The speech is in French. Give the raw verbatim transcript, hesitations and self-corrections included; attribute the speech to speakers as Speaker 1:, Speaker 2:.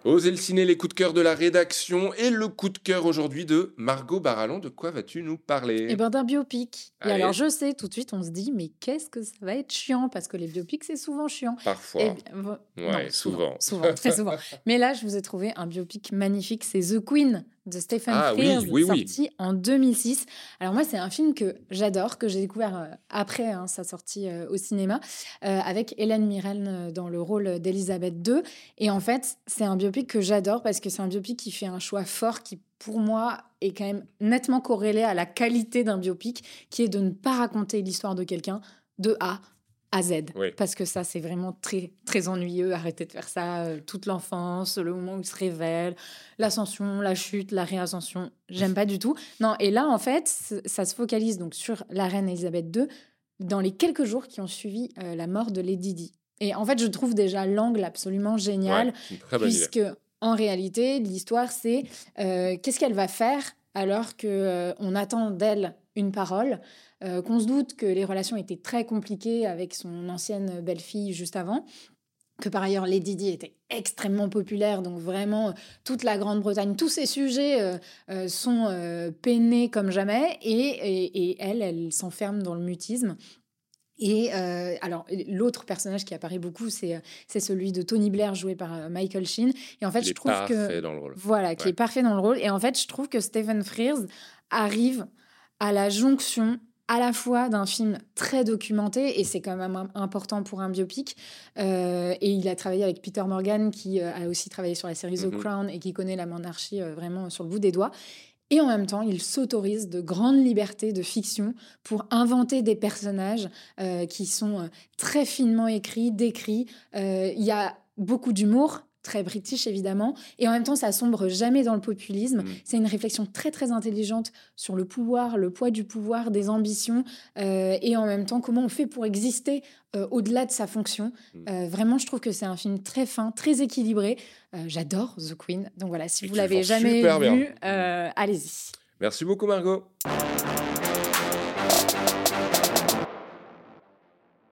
Speaker 1: Osez le ciné, les coups de cœur de la rédaction et le coup de cœur aujourd'hui de Margot Barallon. De quoi vas-tu nous parler?
Speaker 2: Eh ben, d'un biopic. Et
Speaker 1: Allez.
Speaker 2: alors, je sais, tout de suite, on se dit, mais qu'est-ce que ça va être chiant? Parce que les biopics, c'est souvent chiant. Et
Speaker 1: Parfois.
Speaker 2: bien, vo-
Speaker 1: Ouais,
Speaker 2: non,
Speaker 1: souvent.
Speaker 2: souvent, souvent, très souvent. Mais là, je vous ai trouvé un biopic magnifique, c'est The Queen de Stephen
Speaker 1: Ah oui,
Speaker 2: Frears,
Speaker 1: oui, oui.
Speaker 2: sorti en deux mille six. Alors moi, c'est un film que j'adore, que j'ai découvert euh, après hein, sa sortie euh, au cinéma, euh, avec Hélène Mirren euh, dans le rôle d'Elisabeth deux. Et en fait, c'est un biopic que j'adore parce que c'est un biopic qui fait un choix fort qui, pour moi, est quand même nettement corrélé à la qualité d'un biopic, qui est de ne pas raconter l'histoire de quelqu'un de A à Z.
Speaker 1: Oui.
Speaker 2: Parce que ça, c'est vraiment très, très ennuyeux. Arrêtez de faire ça euh, toute l'enfance, le moment où il se révèle, l'ascension, la chute, la réascension. J'aime pas du tout. Non, et là, en fait, c- ça se focalise donc sur la reine Elisabeth deux dans les quelques jours qui ont suivi euh, la mort de Lady Di. Et en fait, je trouve déjà l'angle absolument génial,
Speaker 1: Ouais, c'est une très bonne idée.
Speaker 2: puisque en réalité, l'histoire, c'est euh, qu'est-ce qu'elle va faire alors que euh, on attend d'elle une parole, euh, qu'on se doute que les relations étaient très compliquées avec son ancienne belle-fille juste avant, que par ailleurs Lady Di était extrêmement populaire, donc vraiment euh, toute la Grande-Bretagne, tous ces sujets euh, euh, sont euh, peinés comme jamais, et, et, et elle, elle s'enferme dans le mutisme. Et euh, alors, l'autre personnage qui apparaît beaucoup, c'est euh, c'est celui de Tony Blair, joué par euh, Michael Sheen. Et en fait,
Speaker 1: Il
Speaker 2: je
Speaker 1: est
Speaker 2: trouve que.
Speaker 1: parfait dans le rôle.
Speaker 2: Voilà, qui
Speaker 1: Ouais.
Speaker 2: est parfait dans le rôle. Et en fait, je trouve que Stephen Frears arrive à la jonction à la fois d'un film très documenté, et c'est quand même im- important pour un biopic. Euh, et il a travaillé avec Peter Morgan, qui euh, a aussi travaillé sur la série The
Speaker 1: Mhm.
Speaker 2: Crown et qui connaît la monarchie euh, vraiment sur le bout des doigts. Et en même temps, il s'autorise de grandes libertés de fiction pour inventer des personnages euh, qui sont euh, très finement écrits, décrits. Euh, Il y a beaucoup d'humour, très british évidemment, et en même temps, ça sombre jamais dans le populisme.
Speaker 1: Mm.
Speaker 2: C'est une réflexion très très intelligente sur le pouvoir, le poids du pouvoir, des ambitions, euh, et en même temps, comment on fait pour exister euh, au-delà de sa fonction.
Speaker 1: Mm.
Speaker 2: Euh, vraiment, je trouve que c'est un film très fin, très équilibré. Euh, J'adore The Queen. Donc voilà, si
Speaker 1: Et
Speaker 2: vous
Speaker 1: tu le
Speaker 2: l'avez
Speaker 1: vends
Speaker 2: jamais
Speaker 1: super bien.
Speaker 2: vu, euh, allez-y.
Speaker 1: Merci beaucoup, Margot.